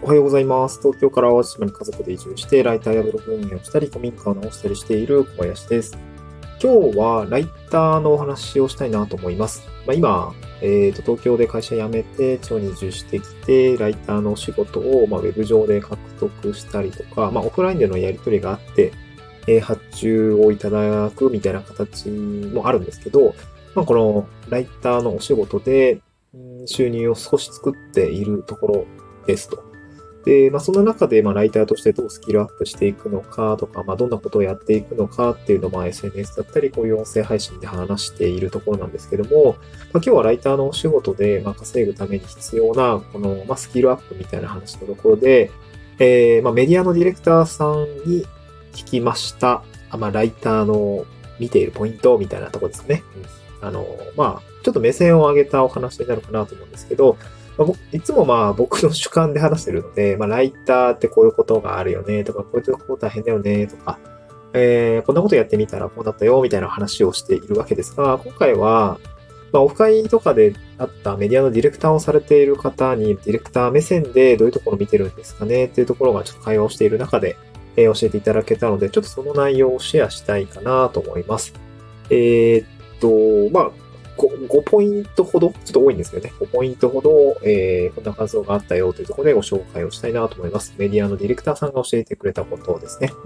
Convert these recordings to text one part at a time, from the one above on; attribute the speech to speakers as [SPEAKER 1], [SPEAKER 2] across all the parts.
[SPEAKER 1] おはようございます。東京から淡路島に家族で移住して、ライターやブログ運営をしたり、古民家を直したりしている小林です。今日はライターのお話をしたいなと思います。今、東京で会社辞めて、地方に移住してきて、ライターのお仕事を、ウェブ上で獲得したりとか、オフラインでのやり取りがあって、発注をいただくみたいな形もあるんですけど、このライターのお仕事で収入を少し作っているところですと。で、その中で、ライターとしてどうスキルアップしていくのかとか、どんなことをやっていくのかっていうのを、SNS だったり、こういう音声配信で話しているところなんですけども、今日はライターのお仕事で、稼ぐために必要な、この、スキルアップみたいな話のところで、メディアのディレクターさんに聞きました。ライターの見ているポイントみたいなところですね。ちょっと目線を上げたお話になるかなと思うんですけど、いつも僕の主観で話してるので、ライターってこういうことがあるよねとか、こういうこと大変だよねとか、こんなことやってみたらこうだったよみたいな話をしているわけですが、今回は、オフ会とかであったメディアのディレクターをされている方に、ディレクター目線でどういうところを見てるんですかねっていうところがちょっと会話をしている中で、教えていただけたので、ちょっとその内容をシェアしたいかなと思います。5ポイントほど、ちょっと多いんですけどね、5ポイントほど、こんな感想があったよというところでご紹介をしたいなと思います。メディアのディレクターさんが教えてくれたことですね。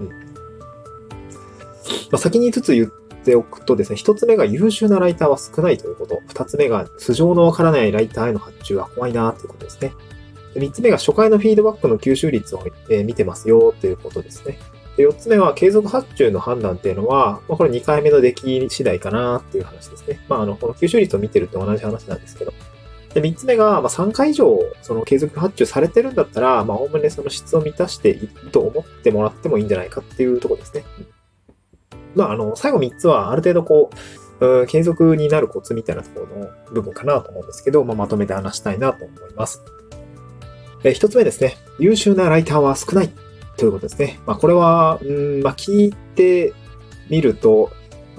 [SPEAKER 1] 先に5つ言っておくとですね、1つ目が優秀なライターは少ないということ。2つ目が素性のわからないライターへの発注は怖いなということですね。3つ目が初回のフィードバックの吸収率を見てますよということですね。4つ目は継続発注の判断っていうのは、これ2回目の出来次第かなっていう話ですね。この吸収率を見てると同じ話なんですけど。で、3つ目が、3回以上、その継続発注されてるんだったら、おおむねその質を満たしていると思ってもらってもいいんじゃないかっていうところですね。最後3つはある程度継続になるコツみたいなところの部分かなと思うんですけど、まとめて話したいなと思います。1つ目ですね。優秀なライターは少ない。ということですね。これは、聞いてみると、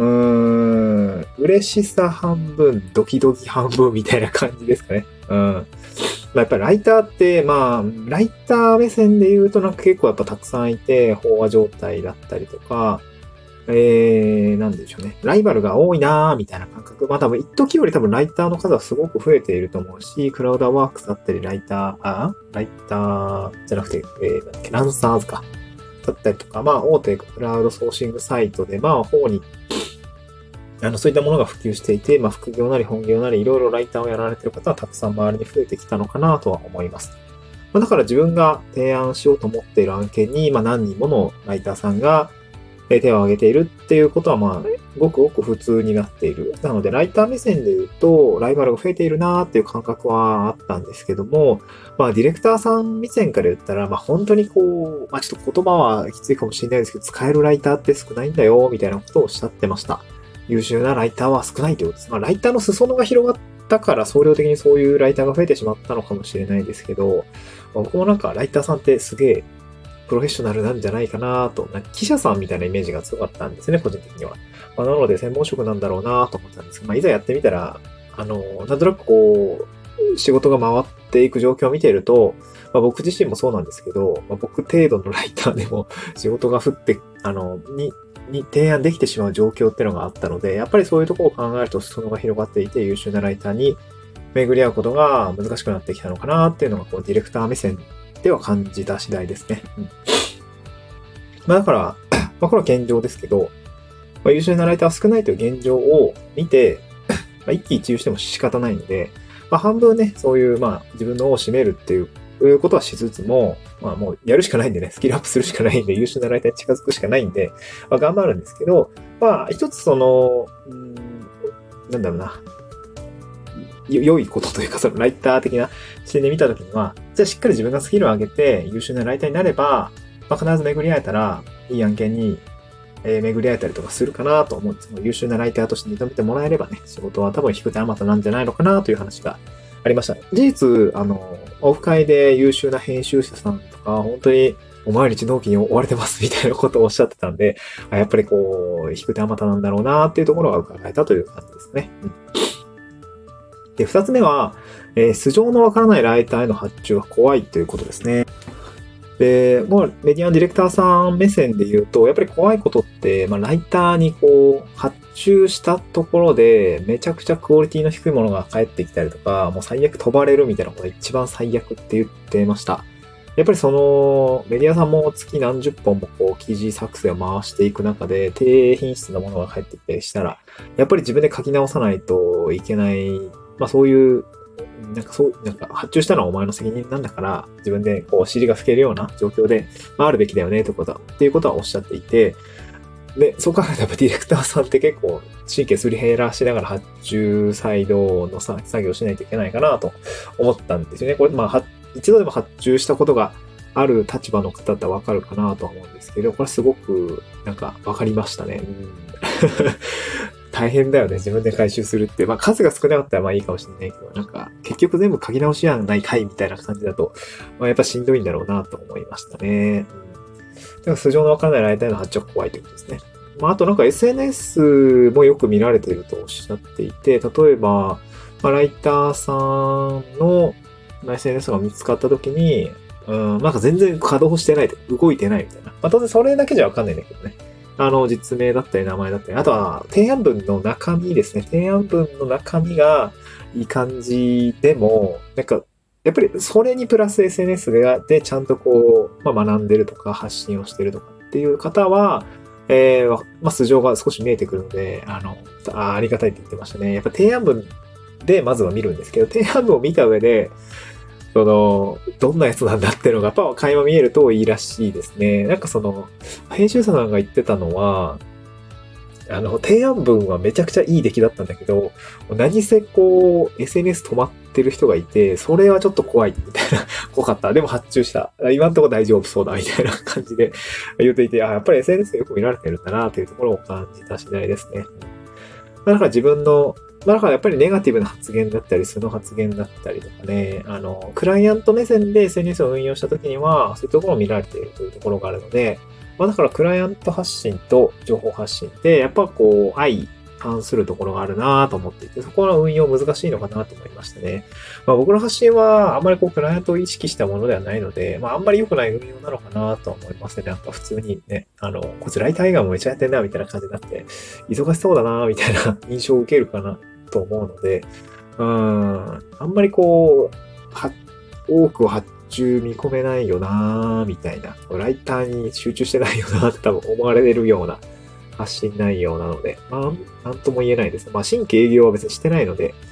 [SPEAKER 1] 嬉しさ半分、ドキドキ半分みたいな感じですかね。やっぱりライターって、ライター目線で言うと結構やっぱたくさんいて、飽和状態だったりとか、なんでしょうね。ライバルが多いなーみたいな感覚。多分一時より多分ライターの数はすごく増えていると思うし、クラウドワークスだったりライターじゃなくて、ランサーズか。だったりとか、大手クラウドソーシングサイトで、方に、そういったものが普及していて、副業なり本業なりいろいろライターをやられている方はたくさん周りに増えてきたのかなとは思います。だから自分が提案しようと思っている案件に、何人ものライターさんが、手を挙げているっていうことはごくごく普通になっている。なので、ライター目線で言うと、ライバルが増えているなーっていう感覚はあったんですけども、ディレクターさん目線から言ったら、本当にちょっと言葉はきついかもしれないですけど、使えるライターって少ないんだよ、みたいなことをおっしゃってました。優秀なライターは少ないということです。ライターの裾野が広がったから総量的にそういうライターが増えてしまったのかもしれないですけど、僕もライターさんってすげえ、プロフェッショナルなんじゃないかなと、記者さんみたいなイメージが強かったんですね、個人的には。なので専門職なんだろうなと思ったんですが、いざやってみたら、なんとなく仕事が回っていく状況を見ていると、僕自身もそうなんですけど、僕程度のライターでも仕事が降って、に提案できてしまう状況っていうのがあったので、やっぱりそういうところを考えると裾野が広がっていて優秀なライターに巡り合うことが難しくなってきたのかなっていうのが、ディレクター目線では感じた次第ですね。だから、これは現状ですけど、優秀なライターは少ないという現状を見て、一喜一憂しても仕方ないので、半分ね、そういう、自分の尾を締めるっていうことはしつつも、もうやるしかないんでね、スキルアップするしかないんで、優秀なライターに近づくしかないんで、頑張るんですけど、一つ良いことというか、そのライター的な視点で見たときには、じゃあしっかり自分がスキルを上げて優秀なライターになれば、必ず巡り合えたら、いい案件に、巡り合えたりとかするかなと思うんです。優秀なライターとして認めてもらえればね、仕事は多分引く手あまたなんじゃないのかなという話がありました。事実、オフ会で優秀な編集者さんとか、本当に毎日納期に追われてますみたいなことをおっしゃってたんで、やっぱり引く手あまたなんだろうなっていうところが伺えたという感じですね。で、二つ目は、素性のわからないライターへの発注が怖いということですね。 で、もうメディアのディレクターさん目線で言うと、やっぱり怖いことって、ライターにこう、発注したところで、めちゃくちゃクオリティの低いものが返ってきたりとか、もう最悪飛ばれるみたいなことが一番最悪って言ってました。やっぱりその、メディアさんも月何十本もこう、記事作成を回していく中で、低品質なものが返ってきたりしたら、やっぱり自分で書き直さないといけない、そういう、発注したのはお前の責任なんだから、自分でこう、尻が拭けるような状況で、あるべきだよね、っていうことはおっしゃっていて、で、そう考えたらやっぱディレクターさんって結構神経すり減らしながら発注サイドの作業をしないといけないかなと思ったんですよね。これ、一度でも発注したことがある立場の方だったらわかるかなとは思うんですけど、これすごくわかりましたね。大変だよね。自分で回収するって。数が少なかったらいいかもしれないけど、結局全部書き直しやないかいみたいな感じだと、やっぱしんどいんだろうなと思いましたね。素性のわからないライターの発注が怖いということですね。あとSNS もよく見られているとおっしゃっていて、例えば、ライターさんの SNS が見つかった時に、全然稼働してない、動いてないみたいな。当然それだけじゃわかんないんだけどね。実名だったり名前だったり、あとは提案文の中身ですね。提案文の中身がいい感じでも、やっぱりそれにプラス SNS でちゃんとこう、学んでるとか発信をしてるとかっていう方は、素性が少し見えてくるので、ありがたいって言ってましたね。やっぱ提案文でまずは見るんですけど、提案文を見た上で、どんなやつなんだっていうのが、やっぱ垣間見えるといいらしいですね。編集者さんが言ってたのは、提案文はめちゃくちゃいい出来だったんだけど、何せこう、SNS 止まってる人がいて、それはちょっと怖い、みたいな。怖かった。でも発注した。今んとこ大丈夫そうだ、みたいな感じで言っていて、やっぱり SNS よく見られてるんだな、というところを感じた次第ですね。自分の、やっぱりネガティブな発言だったり、素の発言だったりとかね、クライアント目線で SNS を運用した時には、そういうところを見られているというところがあるので、クライアント発信と情報発信って、やっぱこう、相反するところがあるなと思っていて、そこの運用難しいのかなと思いましたね。僕の発信は、あんまりこう、クライアントを意識したものではないので、あんまり良くない運用なのかなと思いますね。普通にね、こいつライター以外もめちゃやってんな、みたいな感じになって、忙しそうだなみたいな印象を受けるかなと思うので、あんまりこう、多く発注見込めないよなみたいな、ライターに集中してないよなって多分思われるような発信内容なので、なんとも言えないです。新規営業は別にしてないので、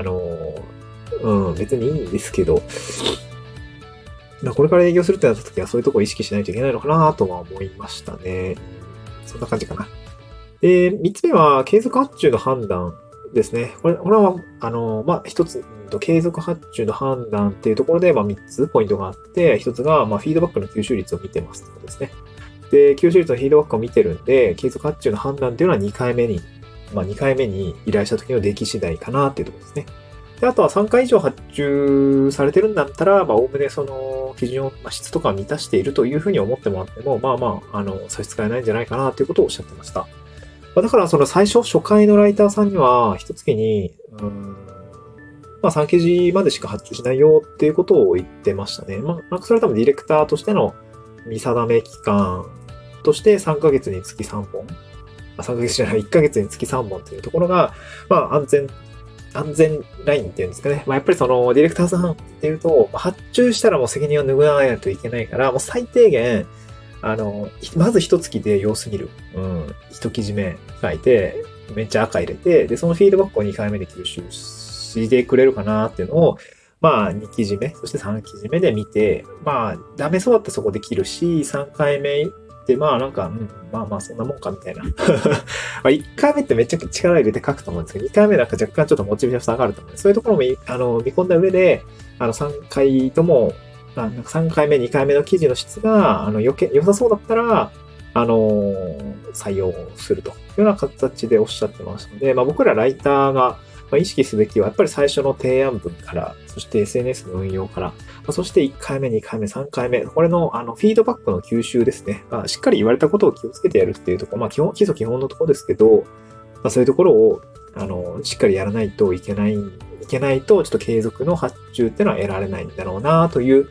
[SPEAKER 1] 別にいいんですけど、これから営業するってなった時はそういうところを意識しないといけないのかなとは思いましたね。そんな感じかな。で、三つ目は継続発注の判断ですね。これは、一つ、継続発注の判断っていうところで、三つポイントがあって、一つが、フィードバックの吸収率を見てますということですね。で、吸収率のフィードバックを見てるんで、継続発注の判断っていうのは2回目に依頼した時の出来次第かなっていうところですね。で、あとは3回以上発注されてるんだったら、おおむねその基準を、質とか満たしているというふうに思ってもらっても、差し支えないんじゃないかなということをおっしゃってました。だからその初回のライターさんには、一月に、3記事までしか発注しないよっていうことを言ってましたね。それは多分ディレクターとしての見定め期間として3ヶ月につき3本。3ヶ月じゃない、1ヶ月につき3本っていうところが、安全ラインっていうんですかね。やっぱりそのディレクターさんっていうと、発注したらもう責任を拭わないといけないから、もう最低限、まず一月で良すぎる。一記事目書いて、めっちゃ赤入れて、で、そのフィードバックを2回目で吸収してくれるかなっていうのを、2記事目、そして3記事目で見て、ダメそうだったらそこで切るし、3回目って、そんなもんかみたいな。1回目ってめっちゃ力入れて書くと思うんですけど、2回目若干ちょっとモチベーション下がると思うんです。そういうところも見込んだ上で、3回とも、3回目、2回目の記事の質が、良さそうだったら、採用するというような形でおっしゃってますので、僕らライターが意識すべきは、やっぱり最初の提案文から、そして SNS の運用から、そして1回目、2回目、3回目、これの、フィードバックの吸収ですね。しっかり言われたことを気をつけてやるっていうところ、基礎基本のところですけど、そういうところを、しっかりやらないといけないと、ちょっと継続の発注っていうのは得られないんだろうなという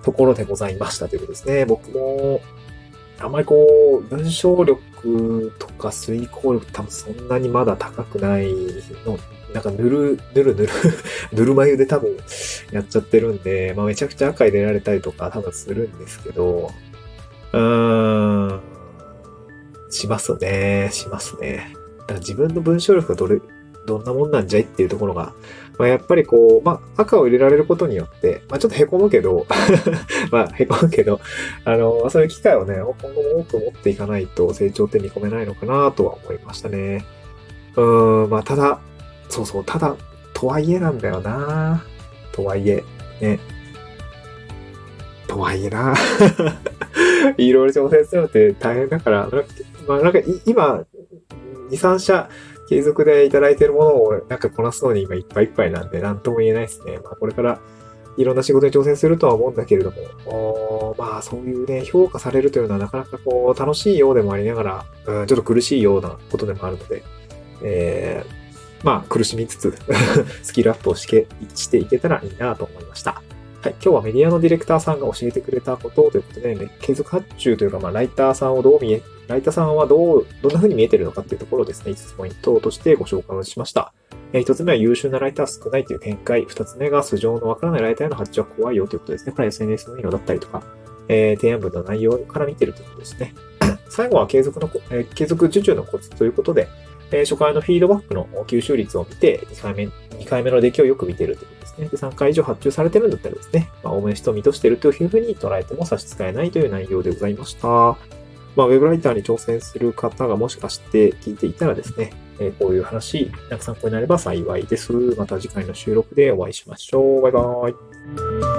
[SPEAKER 1] ところでございましたということですね。僕も、あんまり文章力とか遂行力多分そんなにまだ高くないの、なんかぬるま湯で多分やっちゃってるんで、めちゃくちゃ赤入れられたりとか多分するんですけど、しますね。だから自分の文章力がどんなもんなんじゃいっていうところが、やっぱり赤を入れられることによって、ちょっと凹むけど、凹むけど、そういう機会をね、今後も多く持っていかないと成長って見込めないのかなとは思いましたね。ただ、ただ、とはいえなんだよな。とはいえ、ね。とはいえな。いろいろ挑戦するのって大変だから、今、2、3社継続でいただいているものをこなすのに今いっぱいいっぱいなんで何とも言えないですね。これからいろんな仕事に挑戦するとは思うんだけれども、そういうね、評価されるというのはなかなか楽しいようでもありながら、ちょっと苦しいようなことでもあるので、苦しみつつスキルアップをしていけたらいいなと思いました。はい。今日はメディアのディレクターさんが教えてくれたことということで、継続発注というか、ライターさんはどんな風に見えているのかっていうところをですね、5つポイントとしてご紹介をしました。1つ目は優秀なライター少ないという見解。2つ目が素性のわからないライターへの発注は怖いよということですね。これは SNS の運用だったりとか、提案文の内容から見ているということですね。最後は継続受注のコツということで、初回のフィードバックの吸収率を見て、2回目の出来をよく見ているということですね。で、3回以上発注されてるんだったらですね、おおむね人を見としているというふうに捉えても差し支えないという内容でございました。ウェブライターに挑戦する方がもしかして聞いていたらですね、こういう話、参考になれば幸いです。また次回の収録でお会いしましょう。バイバーイ。